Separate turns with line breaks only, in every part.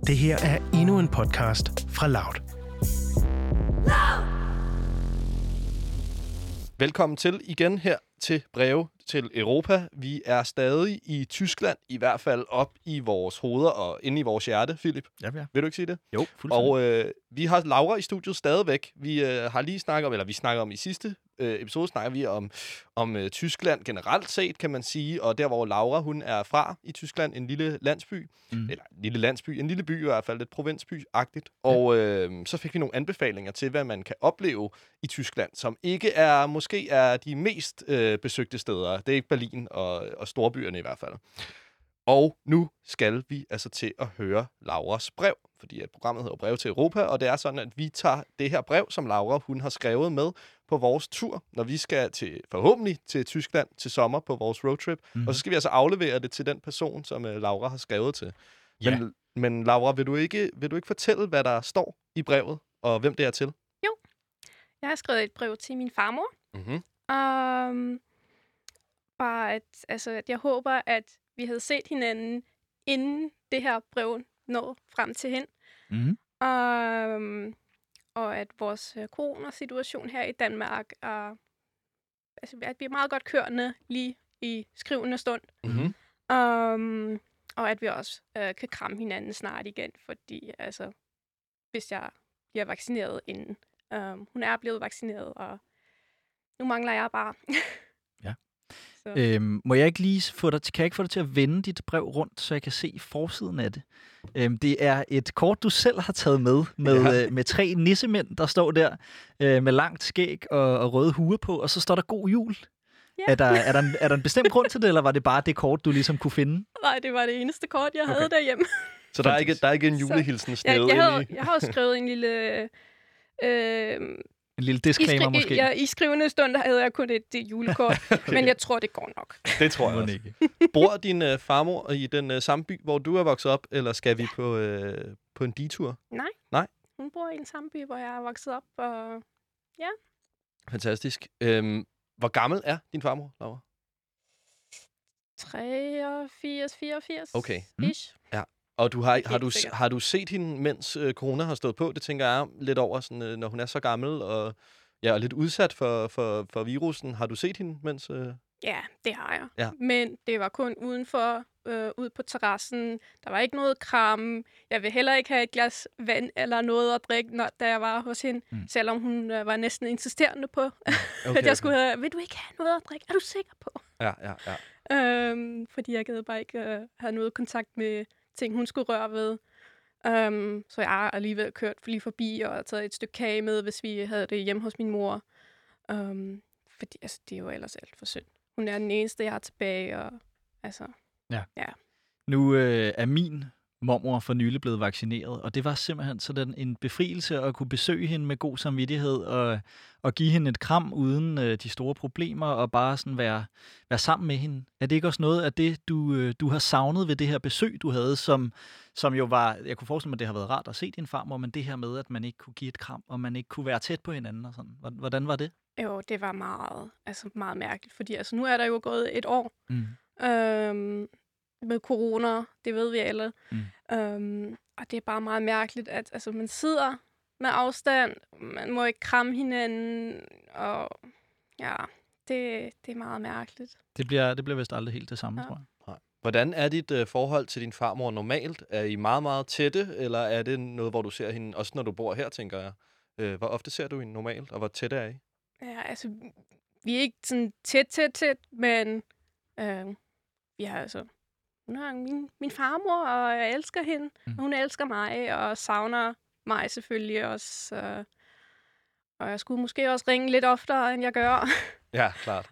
Det her er endnu en podcast fra Loud.
Velkommen til igen her til Breve til Europa. Vi er stadig i Tyskland, i hvert fald op i vores hoveder og inde i vores hjerte, Philip.
Ja.
Vil du ikke sige det?
Jo, fuldstændig.
Og vi har Laura i studiet stadigvæk. Vi har lige snakket om, eller vi snakker om i sidste episode, snakker vi om Tyskland generelt set, kan man sige. Og der, hvor Laura, hun er fra i Tyskland, en lille landsby. Eller en lille by i hvert fald, lidt provinsby-agtigt. Og så fik vi nogle anbefalinger til, hvad man kan opleve i Tyskland, som ikke er, måske er de mest besøgte steder. Det er ikke Berlin og storbyerne i hvert fald. Og nu skal vi altså til at høre Lauras brev, fordi at programmet hedder Brev til Europa, og det er sådan, at vi tager det her brev, som Laura hun har skrevet med på vores tur, når vi skal forhåbentlig til Tyskland til sommer på vores roadtrip, og så skal vi altså aflevere det til den person, som Laura har skrevet til.
Ja.
Men Laura, vil du ikke fortælle, hvad der står i brevet, og hvem det er til?
Jo, jeg har skrevet et brev til min farmor. Bare at jeg håber, at vi havde set hinanden, inden det her brev når frem til hende. Og at vores coronasituation her i Danmark er, at vi er meget godt kørende lige i skrivende stund. Og at vi også kan kramme hinanden snart igen, fordi hvis jeg bliver vaccineret inden. Hun er blevet vaccineret, og nu mangler jeg bare.
Må jeg ikke lige kan jeg ikke få dig til at vende dit brev rundt, så jeg kan se forsiden af det? Det er et kort, du selv har taget med 3 nissemænd, der står der med langt skæg og røde huer på, og så står der god jul. Ja. Er der en bestemt grund til det, eller var det bare det kort, du ligesom kunne finde?
Nej, det var det eneste kort, jeg havde derhjemme.
Så der er ikke en julehilsen snævet
jeg har også skrevet en lille...
En lille disclaimer måske?
Ja, i skrivende stund havde jeg kun et julekort, men jeg tror, det går nok.
Det tror jeg også. Bor din farmor i den samme by, hvor du er vokset op, eller skal vi på en detur?
Nej. Hun bor i den samme by, hvor jeg er vokset op, og ja. Fantastisk.
Hvor gammel er din farmor, Laura?
83, 84.
Okay.
Ish.
Ja. Og har du set hende, mens corona har stået på? Det tænker jeg lidt over, sådan, når hun er så gammel og lidt udsat for virusen. Har du set hende, mens...
Ja, det har jeg.
Ja.
Men det var kun udenfor, ude på terrassen. Der var ikke noget kram. Jeg vil heller ikke have et glas vand eller noget at drikke, da jeg var hos hende. Selvom hun var næsten insisterende på, at jeg skulle have... Vil du ikke have noget at drikke? Er du sikker på?
Ja.
Fordi jeg gad bare ikke have noget kontakt med ting, hun skulle røre ved. Så jeg har alligevel kørt lige forbi og taget et stykke kage med, hvis vi havde det hjemme hos min mor. Fordi det er jo ellers alt for synd. Hun er den eneste, jeg har tilbage. Og, ja.
Nu er min mormor for nylig blevet vaccineret, og det var simpelthen sådan en befrielse at kunne besøge hende med god samvittighed og give hende et kram uden de store problemer og bare sådan være sammen med hende. Er det ikke også noget af det, du har savnet ved det her besøg, du havde, som jo var, jeg kunne forestille mig, at det har været rart at se din farmor, men det her med, at man ikke kunne give et kram, og man ikke kunne være tæt på hinanden og sådan. Hvordan var det?
Jo, det var meget mærkeligt, fordi nu er der jo gået et år. Med corona, det ved vi alle. Og det er bare meget mærkeligt, at man sidder med afstand, man må ikke kramme hinanden, og ja, det er meget mærkeligt.
Det bliver vist aldrig helt det samme, tror jeg.
Nej. Hvordan er dit forhold til din farmor normalt? Er I meget, meget tætte, eller er det noget, hvor du ser hende, også når du bor her, tænker jeg? Hvor ofte ser du hende normalt, og hvor tæt er I?
Ja, vi er ikke sådan tæt, men vi har hun har min farmor, og jeg elsker hende. Og hun elsker mig, og savner mig selvfølgelig også. Og jeg skulle måske også ringe lidt oftere, end jeg gør.
Ja, klart.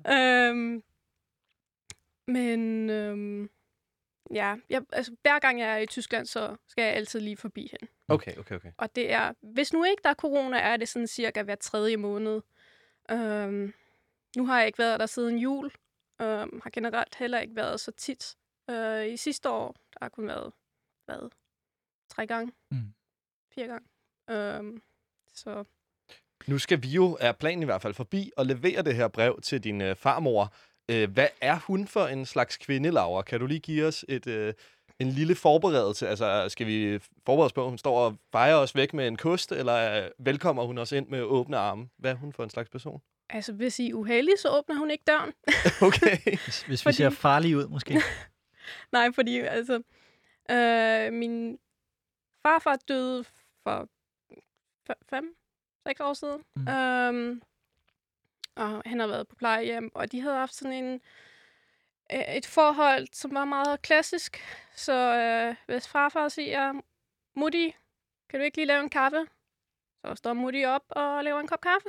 Hver gang jeg er i Tyskland, så skal jeg altid lige forbi hende.
Okay.
Og det er, hvis nu ikke der er corona, er det sådan cirka hver 3. måned. Nu har jeg ikke været der siden jul. Har generelt heller ikke været så tit. I sidste år, der har kun været 3 gange. 4 gange. Så...
Nu skal vi jo, er planen i hvert fald, forbi og levere det her brev til din farmor. Hvad er hun for en slags kvinde, Laura? Kan du lige give os en lille forberedelse? Altså, skal vi forberede os på, at hun står og fejrer os væk med en kost, eller velkommer hun os ind med åbne arme? Hvad er hun for en slags person?
Altså, hvis I er uheldige, så åbner hun ikke døren.
Okay.
Hvis vi ser farlige ud, måske.
Nej, fordi altså, min farfar døde for 5-6 år siden. Og han har været på plejehjem, og de havde haft sådan et forhold, som var meget klassisk. Så hvis farfar siger, Mutti, kan du ikke lige lave en kaffe? Så står Mutti op og laver en kop kaffe.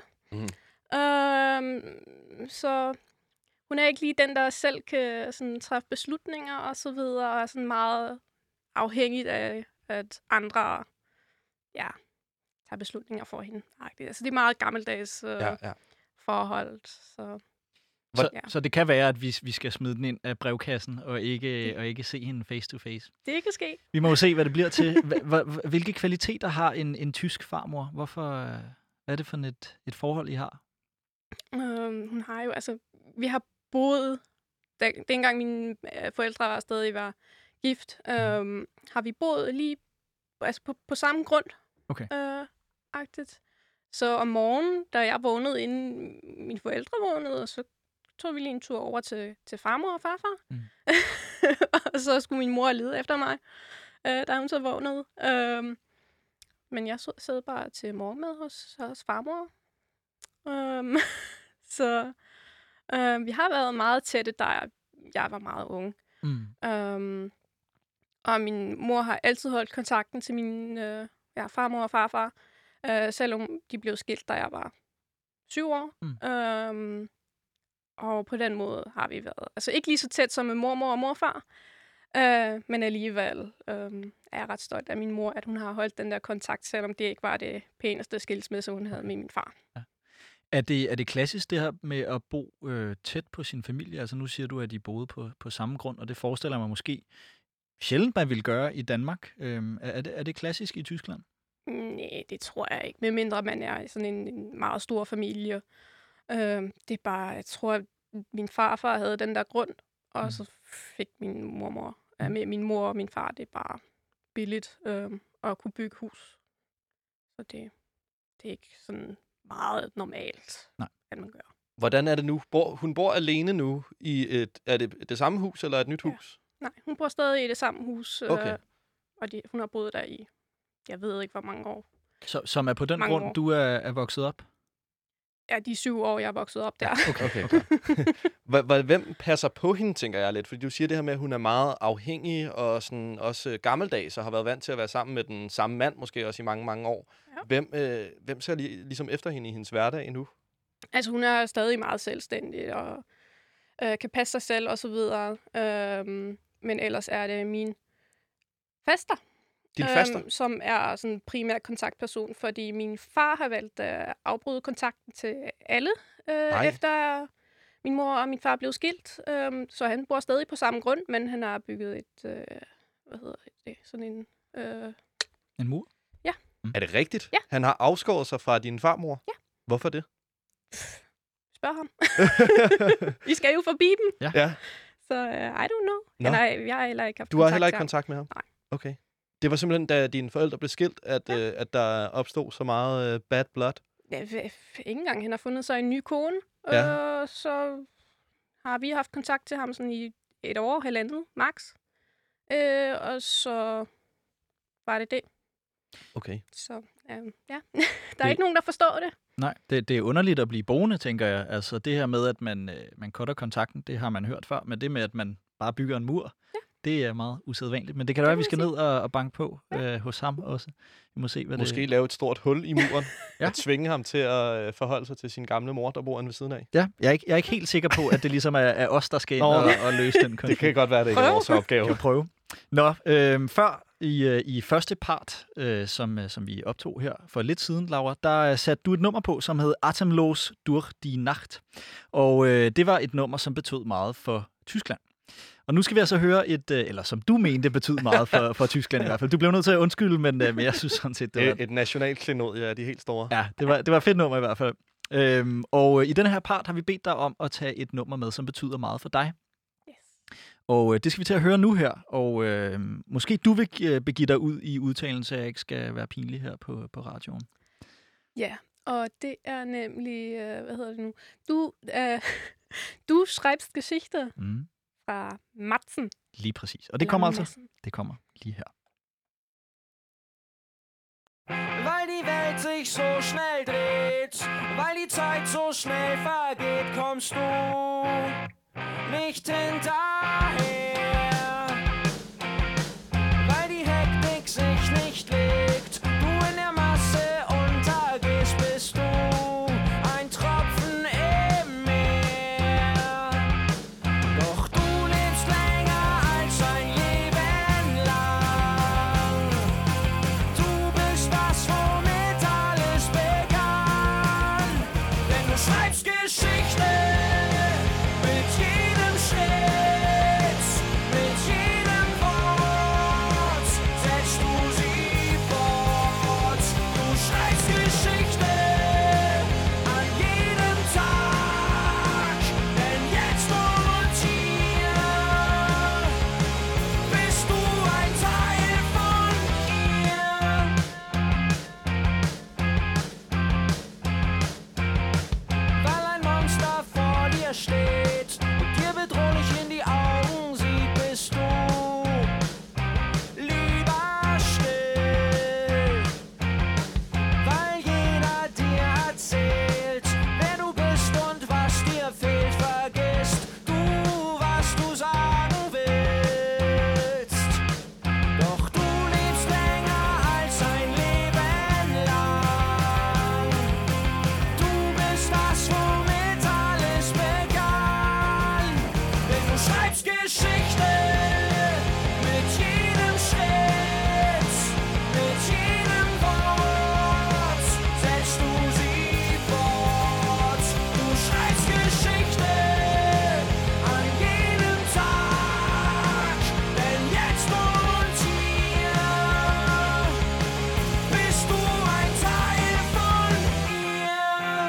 Så hun er ikke lige den, der selv kan sådan, træffe beslutninger og så videre, og er sådan meget afhængigt af, at andre tager beslutninger for hende. Altså, det er meget gammeldags forhold.
Så det kan være, at vi skal smide den ind af brevkassen og ikke se hende face to face.
Det kan ske.
Vi må jo se, hvad det bliver til. Hvilke kvaliteter har en tysk farmor? Hvorfor er det for et forhold, I har?
Hun har jo, altså, vi har boet, dengang mine forældre stadig var gift, har vi boet lige altså på samme grund.
Okay.
Agtigt. Så om morgenen, da jeg vågnede, inden mine forældre vågnede, så tog vi lige en tur over til farmor og farfar. Og så skulle min mor lede efter mig, da hun så vågnede. Men jeg sad bare til morgenmad hos farmor. Så vi har været meget tætte, da jeg var meget ung. Og min mor har altid holdt kontakten til min farmor og farfar, selvom de blev skilt, da jeg var 7 år. Og på den måde har vi været, altså ikke lige så tæt som med mormor og morfar, men alligevel er jeg ret stolt af min mor, at hun har holdt den der kontakt, selvom det ikke var det pæneste skilsmisse, hun havde med min far.
Ja. Er det klassisk det her med at bo tæt på sin familie? Altså nu siger du, at I boede på samme grund, og det forestiller mig måske sjældent, man vil gøre i Danmark. Er det klassisk i Tyskland?
Nej, det tror jeg ikke. Medmindre man er i sådan en meget stor familie. Det er bare, jeg tror, at min farfar havde den der grund, og så fik min mormor, min mor og min far, det er bare billigt at kunne bygge hus. Så det er ikke sådan meget normalt, at man gør.
Hvordan er det nu? Hun bor alene nu i er det samme hus, eller et nyt hus?
Nej, hun bor stadig i det samme hus,
okay.
Og hun har boet der i, jeg ved ikke, hvor mange år.
Som er på den grund, du er vokset op?
Ja, de 7 år, jeg er vokset op der.
Okay. Hvem passer på hende, tænker jeg lidt? Fordi du siger det her med, at hun er meget afhængig og sådan også gammeldags, og har været vant til at være sammen med den samme mand, måske også i mange, mange år. Ja. Hvem ser ligesom efter hende i hendes hverdag nu? Altså,
hun er stadig meget selvstændig, og kan passe sig selv, og så videre. Men ellers er det min faster.
Din faster?
Som er sådan en primær kontaktperson, fordi min far har valgt at afbryde kontakten til alle, efter min mor og min far blev skilt. Så han bor stadig på samme grund, men han har bygget et, sådan en...
En mur?
Ja.
Er det rigtigt?
Ja.
Han har afskåret sig fra din farmor?
Ja.
Hvorfor det?
Spørg ham. I skal jo forbi dem.
Ja.
Så I don't know. Jeg har heller ikke haft
Du har heller ikke kontakt med ham?
Nej.
Okay. Det var simpelthen, da dine forældre blev skilt, at der opstod så meget bad blood?
Ja, ikke engang. Han har fundet sig en ny kone. Så har vi haft kontakt til ham sådan i 1 år, 1,5 max. Og så var det.
Okay.
Så der er ikke nogen, der forstår det.
Nej, det er underligt at blive boende, tænker jeg. Altså det her med, at man cutter kontakten, det har man hørt før. Men det med, at man bare bygger en mur, det er meget usædvanligt. Men det kan da være, at vi skal ned og banke på hos ham også. Vi må se, hvad
måske lave et stort hul i muren og tvinge ham til at forholde sig til sin gamle mor, der bor inde ved siden af.
Ja, jeg er ikke helt sikker på, at det ligesom er os, der skal ind og løse den konflikt.
Det kan godt være, at det ikke er vores opgave.
Jeg prøve. Nå, før i første part, som vi optog her for lidt siden, Laura, der satte du et nummer på, som hed Atemlos durch die Nacht. Og det var et nummer, som betød meget for Tyskland. Og nu skal vi altså høre eller som du mente, betød meget for Tyskland i hvert fald. Du blev nødt til at undskylde, men jeg synes sådan set, det var...
Et nationalt klenod, ja, de er helt store.
Ja, det var et fedt nummer i hvert fald. Og i den her part har vi bedt dig om at tage et nummer med, som betyder meget for dig.
Yes.
Og det skal vi til at høre nu her. Og måske du vil begive dig ud i udtalen, så jeg ikke skal være pinlig her på radioen.
Ja, og det er nemlig, hvad hedder det nu? Du schreibst Geschichte fra Madsen.
Lige præcis. Og det kommer altså. Det kommer lige her.
Weil die Welt sich so schnell dreht, weil die Zeit so schnell vergeht, kommst du nicht hinterher. Weil die Hektik sich nicht legt, du in der Masse untergehst, bist du ein Tropfen im Meer. Doch du lebst länger als ein Leben lang. Du bist das, womit alles begann. Denn du schreibst Geschichte mit jedem Schritt, mit jedem Wort setzt du sie fort. Du schreibst Geschichte an jedem Tag, denn jetzt und hier bist du ein Teil von ihr. Weil ein Monster vor dir steht und dir bedrohlich in die Augen sieht, bist du lieber still. Weil jeder dir erzählt, wer du bist und was dir fehlt, vergisst du, was du sagen willst. Doch du lebst länger als ein Leben lang. Du bist das, womit alles begann. Denn du schreibst Geschichte mit jedem Schritt, mit jedem Wort setzt du sie fort. Du schreibst Geschichte an jedem Tag, denn jetzt und hier bist du ein Teil von ihr.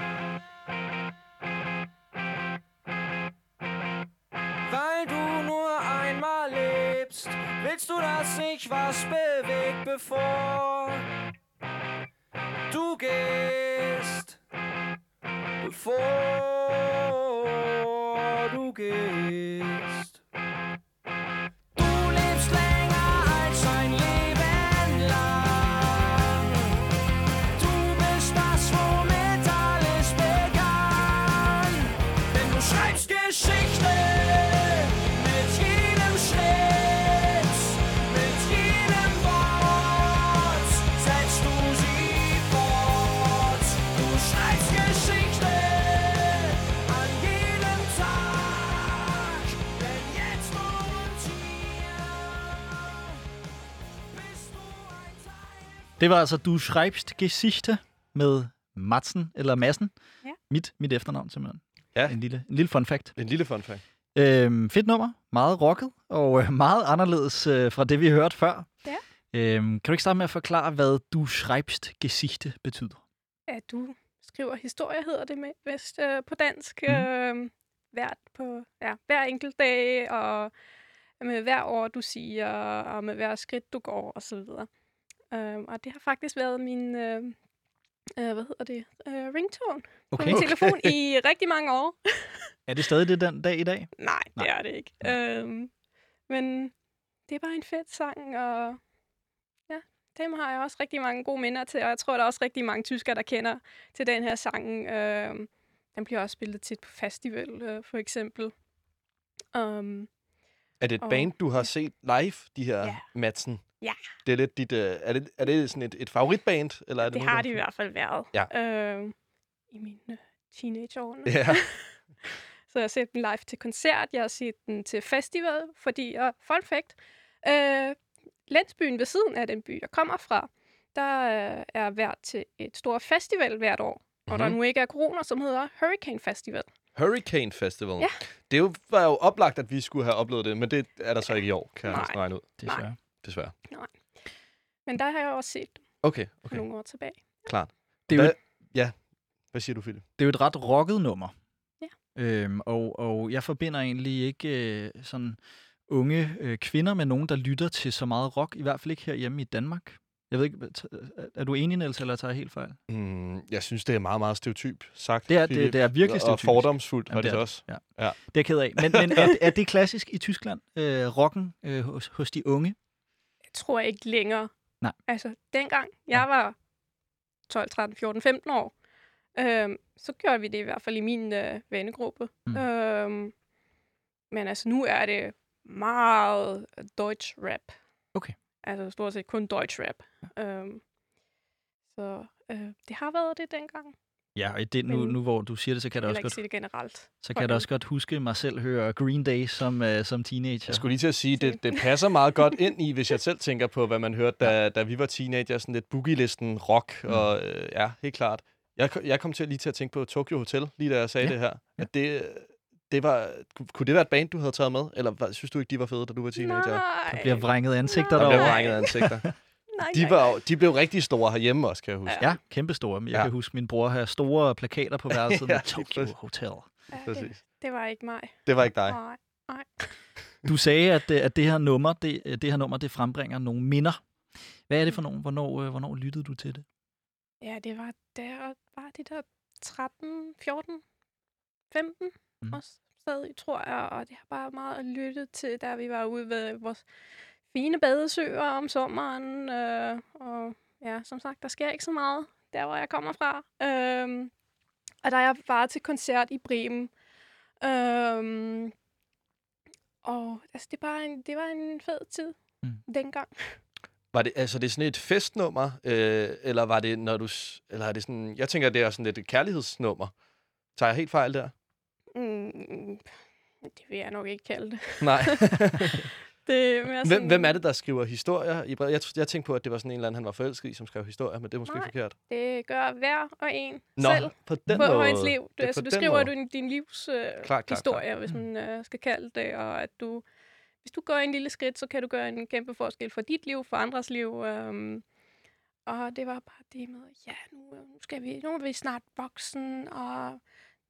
Weil du nur einmal lebst, willst du, dass sich was bewegt, bevor du gehst. Bevor du gehst. Du lebst länger als ein Leben lang. Du bist das, womit alles begann. Denn du schreibst Geschichte mit jedem Schritt, mit jedem Wort setzt du sie fort. Du schreibst Geschichte an jedem Tag, denn jetzt und hier bist du ein Teil.
Det var altså Du schreibst Geschichte med Madsen, eller Madsen.
Ja.
Mit efternavn simpelthen.
Ja.
En lille fun fact.
En lille fun fact.
Fedt nummer. Meget rocket, og meget anderledes fra det, vi hørte før.
Ja.
Kan du ikke starte med at forklare, hvad Du schreibst Geschichte betyder?
At du skriver historie, hedder det med vist på dansk. Hver enkelt dag, og med hver ord, du siger, og med hver skridt, du går, og så videre. Og det har faktisk været min ringtone på min telefon i rigtig mange år.
Er det stadig det den dag i dag?
Nej, det er det ikke. Men det er bare en fed sang, og ja, dem har jeg også rigtig mange gode minder til, og jeg tror, der er også rigtig mange tyskere, der kender til den her sang. Den bliver også spillet tit på festival, for eksempel.
Er det et band, du har set live, de her Madsen?
Ja.
Det er lidt dit, er det sådan et favoritband? Eller er
Det har de i hvert fald været.
Ja.
I mine teenageårene.
Ja.
Så jeg har set den live til koncert, jeg har set den til festival, fordi, fun fact, landsbyen ved siden af den by, jeg kommer fra, der er vært til et stort festival hvert år, hvor der nu ikke er corona, som hedder Hurricane Festival.
Hurricane Festival.
Ja.
Det var jo oplagt, at vi skulle have oplevet det, men det er der så ikke i år, kan jeg næsten regne ud. Desværre.
Nej. Men der har jeg også set dem for nogle år tilbage.
Klart.
Det er jo
Ja. Hvad siger du, Philip?
Det er jo et ret rocket nummer.
Ja.
Og jeg forbinder egentlig ikke sådan unge kvinder med nogen, der lytter til så meget rock, i hvert fald ikke herhjemme i Danmark. Jeg ved ikke, er du enig, Niels, eller tager jeg helt fejl?
Jeg synes, det er meget, meget stereotyp sagt.
Det er virkelig stereotypisk.
Og fordomsfuldt var det
er
også.
Ja.
Ja.
Det er jeg ked af. Men er det klassisk i Tyskland, rocken hos de unge?
Jeg tror ikke længere.
Nej.
Altså, dengang jeg var 12, 13, 14, 15 år, så gjorde vi det i hvert fald i min vennegruppe. Men altså, nu er det meget Deutsch rap.
Okay.
Altså stort set kun Deutsch rap. Så det har været det dengang.
Ja, og det, nu hvor du siger det, så kan jeg også godt
sige det generelt.
Så kan jeg da også godt huske mig selv høre Green Day som teenager.
Jeg skulle lige til at sige, det passer meget godt ind i, hvis jeg selv tænker på, hvad man hørte, da vi var teenager, sådan lidt boogie-listen rock, og ja, helt klart. Jeg kom lige til at tænke på Tokyo Hotel, lige da jeg sagde det her. At det var, kunne det være et band, du havde taget med? Eller synes du ikke, de var fede, da du var teenager?
Nej.
Der bliver vrænget ansigter
derovre.
derovre.
Der bliver vrænget ansigter. De blev rigtig store herhjemme også, kan jeg huske.
Ja, kæmpe store. Jeg kan huske min bror have store plakater på værelset med Tokyo Hotel.
Ja, det var ikke mig.
Det var ikke dig?
Nej.
Du sagde, at det her nummer, det frembringer nogle minder. Hvad er det for nogle? Hvornår lyttede du til det?
Ja, det var de der 13, 14, 15 også stadig, tror jeg. Og det har bare meget lyttet til, da vi var ude ved vores fine badesøer om sommeren. Og ja, som sagt, der sker ikke så meget der, hvor jeg kommer fra. Og der er jeg bare til koncert i Bremen. Og altså, det var en fed tid dengang.
Var det, altså, det er sådan et festnummer, eller var det, eller er det sådan, jeg tænker, det er sådan lidt et kærlighedsnummer. Tager jeg helt fejl der?
Det vil jeg nok ikke kalde det.
Nej.
Det er mere sådan...
Hvem er det, der skriver historier i brevet? Jeg tænkte på, at det var sådan en eller anden, han var forelsket i, som skrev historier, men det er måske forkert.
Det gør hver og en selv
på den måde.
På ens liv. Du skriver du din livs historie, hvis man skal kalde det, og at hvis du går en lille skridt, så kan du gøre en kæmpe forskel for dit liv, for andres liv. Og det var bare det med, ja, nu er vi snart voksen, og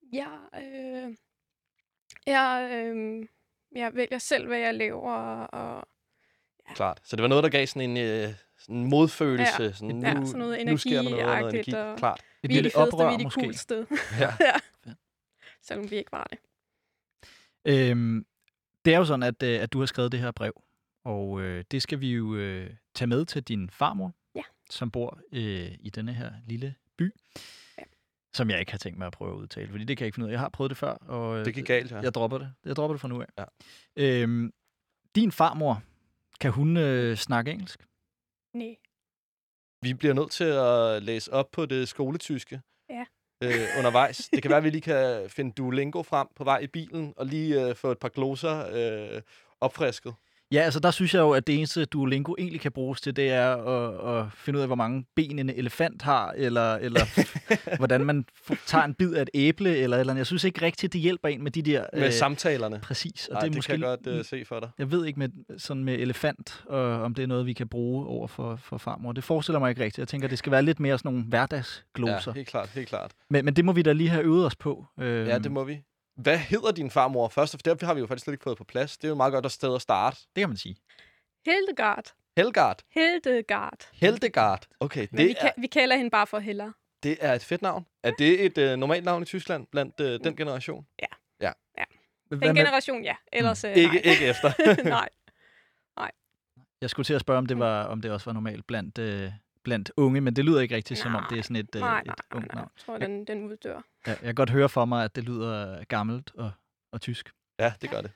jeg vælger selv, hvad jeg laver. Og, ja.
Klart. Så det var noget, der gav sådan en modfølelse.
Ja,
sådan,
sådan noget energi-agtigt.
Klart.
Et lille oprør, måske.
Coolste.
Ja.
Selvom vi ikke var det.
Det er jo sådan, at du har skrevet det her brev, og det skal vi jo tage med til din farmor, som bor i denne her lille by, som jeg ikke har tænkt mig at prøve at udtale, fordi det kan jeg ikke finde ud af. Jeg har prøvet det før, og
det gik galt, ja.
Jeg dropper det. Jeg dropper det fra nu af.
Ja.
Din farmor, kan hun snakke engelsk?
Nej.
Vi bliver nødt til at læse op på det skoletyske.
Ja.
Undervejs. Det kan være, at vi lige kan finde Duolingo frem på vej i bilen, og lige få et par gloser opfrisket.
Ja, altså der synes jeg jo, at det eneste Duolingo egentlig kan bruges til, det er at finde ud af, hvor mange ben en elefant har, eller hvordan man tager en bid af et æble, eller jeg synes ikke rigtigt, det hjælper en med de der...
Med samtalerne.
Præcis. Og
nej, det
måske,
kan jeg godt se for dig.
Jeg ved ikke med elefant, om det er noget, vi kan bruge over for farmor. Det forestiller mig ikke rigtigt. Jeg tænker, det skal være lidt mere sådan nogle hverdagsgloser.
Ja, helt klart.
Men det må vi da lige have øvet os på.
Ja, det må vi. Hvad hedder din farmor først? For det har vi jo faktisk slet ikke fået på plads. Det er jo et meget godt sted at starte.
Det kan man sige.
Hildegard.
Hildegard. Okay,
vi kalder hende bare for Hella.
Det er et fedt navn. Er det et normalt navn i Tyskland blandt den generation?
Ja. Den generation, ja. Ellers
ikke efter.
Nej.
Jeg skulle til at spørge, om det også var normalt blandt unge, men det lyder ikke rigtigt, som om det er sådan et ungt navn.
Jeg tror, den uddør.
Ja, jeg kan godt høre for mig, at det lyder gammelt og tysk.
Ja, det gør det.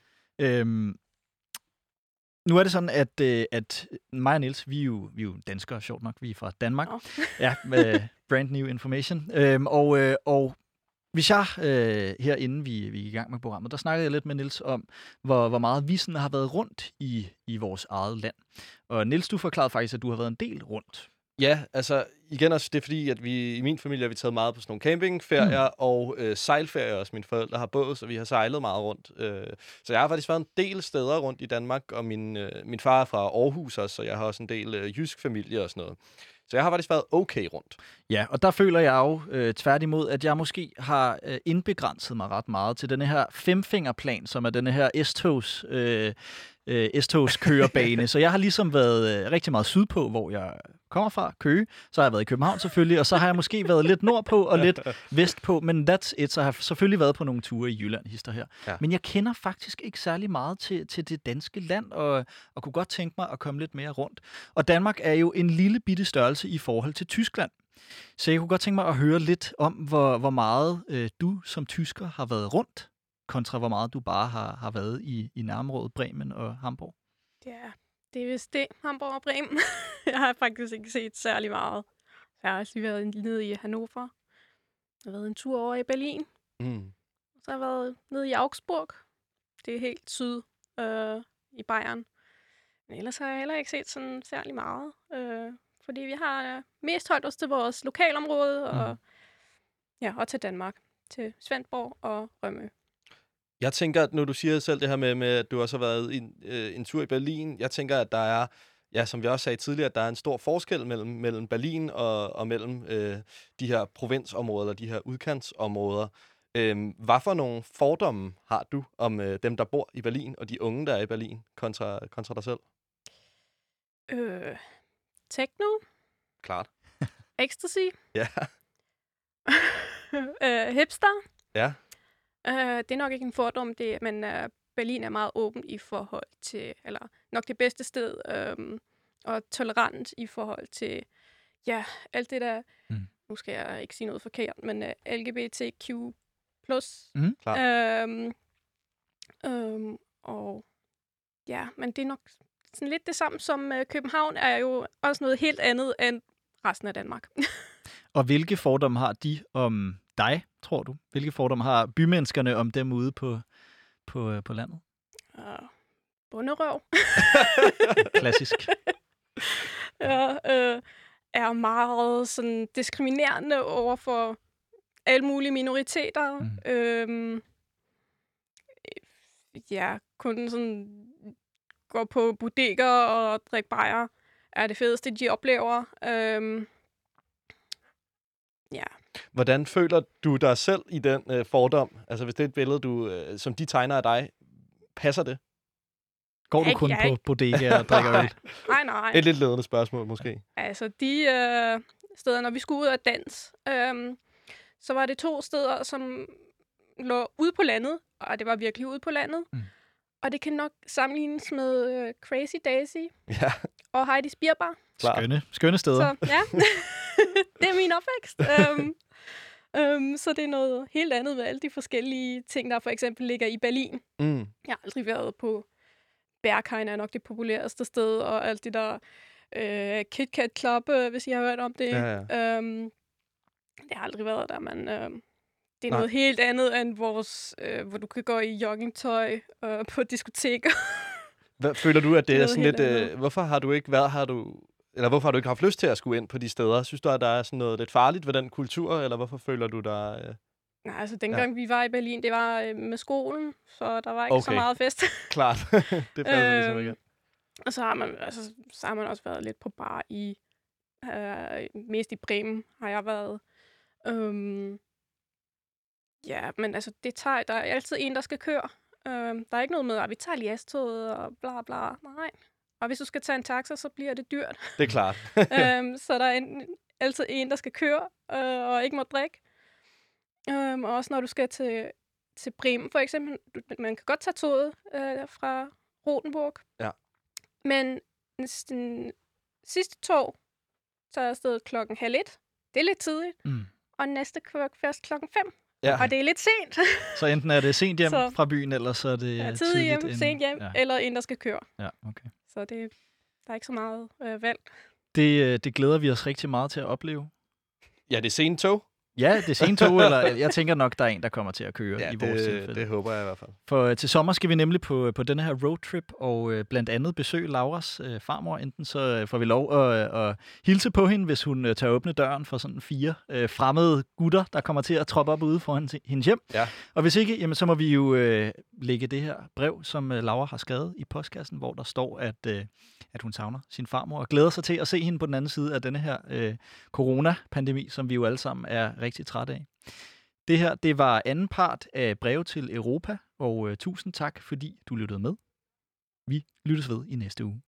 Nu er det sådan, at mig og Niels, vi er jo danskere, sjovt nok. Vi er fra Danmark. Ja, med brand new information. Og hvis jeg herinde vi er i gang med programmet, der snakkede jeg lidt med Niels om, hvor meget vi sådan har været rundt i vores eget land. Og Niels, du forklarede faktisk, at du har været en del rundt.
Ja, altså igen også, det er fordi, at vi i min familie har vi taget meget på sådan nogle campingferier og sejlferier også. Mine forældre har båd, så vi har sejlet meget rundt. Så jeg har faktisk været en del steder rundt i Danmark, og min far er fra Aarhus også, så jeg har også en del jysk familie og sådan noget. Så jeg har faktisk været okay rundt.
Ja, og der føler jeg jo tværtimod, at jeg måske har indbegrænset mig ret meget til denne her femfingerplan, som er denne her S-togskørebane. Så jeg har ligesom været rigtig meget sydpå, hvor jeg kommer fra, Køge. Så har jeg været i København selvfølgelig, og så har jeg måske været lidt nordpå og lidt vestpå. Men that's it, så har jeg selvfølgelig været på nogle ture i Jylland, hister her. Ja. Men jeg kender faktisk ikke særlig meget til det danske land, og kunne godt tænke mig at komme lidt mere rundt. Og Danmark er jo en lille bitte størrelse i forhold til Tyskland. Så jeg kunne godt tænke mig at høre lidt om, hvor meget du som tysker har været rundt, kontra hvor meget du bare har været i nærområdet Bremen og Hamburg.
Ja, det er vist det, Hamburg og Bremen. Jeg har faktisk ikke set særlig meget. Jeg har også lige været nede i Hannover. Jeg har været en tur over i Berlin. Så har jeg været nede i Augsburg. Det er helt syd i Bayern. Men ellers har jeg heller ikke set sådan særlig meget. Fordi vi har mest holdt os til vores lokalområde og til Danmark. Til Svendborg og Rømø.
Jeg tænker, at når du siger selv det her med at du også har været en tur i Berlin, jeg tænker, at der er, ja, som vi også sagde tidligere, at der er en stor forskel mellem Berlin og mellem de her provinsområder, de her udkantsområder. Hvad for nogle fordomme har du om dem, der bor i Berlin, og de unge, der er i Berlin, kontra dig selv?
Techno.
Klart.
Ecstasy.
Ja.
Hipster.
Ja.
Det er nok ikke en fordom, men Berlin er meget åben i forhold til, eller nok det bedste sted, og tolerant i forhold til, ja, alt det der, nu skal jeg ikke sige noget forkert, men LGBTQ+. Og ja, men det er nok sådan lidt det samme som København er jo også noget helt andet end resten af Danmark.
Og hvilke fordomme har de om dig, tror du? Hvilke fordomme har bymenneskerne om dem ude på landet?
Bunderøv.
Klassisk.
Ja, er meget sådan diskriminerende over for alle mulige minoriteter. Ja, kun sådan går på bodeger og drikke bajer er det fedeste, de oplever. Ja.
Hvordan føler du dig selv i den fordom? Altså, hvis det er et billede, som de tegner af dig, passer det?
Går du kun på bodega og drikker øl?
Nej.
Et lidt ledende spørgsmål, måske.
Altså, de steder, når vi skulle ud og dans, så var det 2 steder, som lå ude på landet, og det var virkelig ude på landet. Og det kan nok sammenlignes med Crazy Daisy og Heidi's Bierbar.
Skønne steder.
Så ja, det er min opvækst. Så det er noget helt andet med alle de forskellige ting, der for eksempel ligger i Berlin. Jeg har aldrig været på Berghain, er nok det populæreste sted, og alt det der KitKat Club, hvis I har hørt om det.
Ja.
Det har aldrig været der, men det er noget helt andet end vores, hvor du kan gå i joggingtøj på diskoteker.
Hvad føler du, at det er sådan lidt... hvorfor har du ikke hvorfor har du ikke haft lyst til at skulle ind på de steder? Synes du, at der er sådan noget lidt farligt ved den kultur, eller hvorfor føler du dig...
Nej, altså dengang vi var i Berlin, det var med så der var ikke så meget fest.
Klart. Det passer ligesom ikke.
Og så har man også været lidt på bar mest i Bremen har jeg været. Ja, men altså der er altid en, der skal køre. Der er ikke noget med, at vi tager lige S-toget og bla bla. Nej. Og hvis du skal tage en taxa, så bliver det dyrt.
Det er klart.
Så der er altid en, der skal køre og ikke må drikke. Og også når du skal til Bremen, for eksempel. Man kan godt tage toget fra Rotenburg. Ja. Men den sidste tog tager afsted 12:30. Det er lidt tidligt. Og næste først 5:00. Ja. Og det er lidt sent.
Så enten er det sent hjem fra byen, eller så er det tidligt
hjem, sent hjem, eller en, der skal køre.
Ja, okay.
Så der er ikke så meget valg.
Det glæder vi os rigtig meget til at opleve.
Ja, det er sent tog.
Ja, det sene tog, eller jeg tænker nok, der er en, der kommer til at køre
Ja,
i vores tilfælde.
det håber jeg i hvert fald.
For til sommer skal vi nemlig på denne her roadtrip, og blandt andet besøge Lauras farmor. Enten så får vi lov at hilse på hende, hvis hun tager åbne døren for sådan 4 fremmede gutter, der kommer til at troppe op ude foran hendes hjem.
Ja.
Og hvis ikke, jamen, så må vi jo lægge det her brev, som Laura har skrevet i postkassen, hvor der står, at hun savner sin farmor og glæder sig til at se hende på den anden side af denne her coronapandemi, som vi jo alle sammen er rigtig trætte af. Det her, det var anden part af Breve til Europa, og tusind tak, fordi du lyttede med. Vi lyttes ved i næste uge.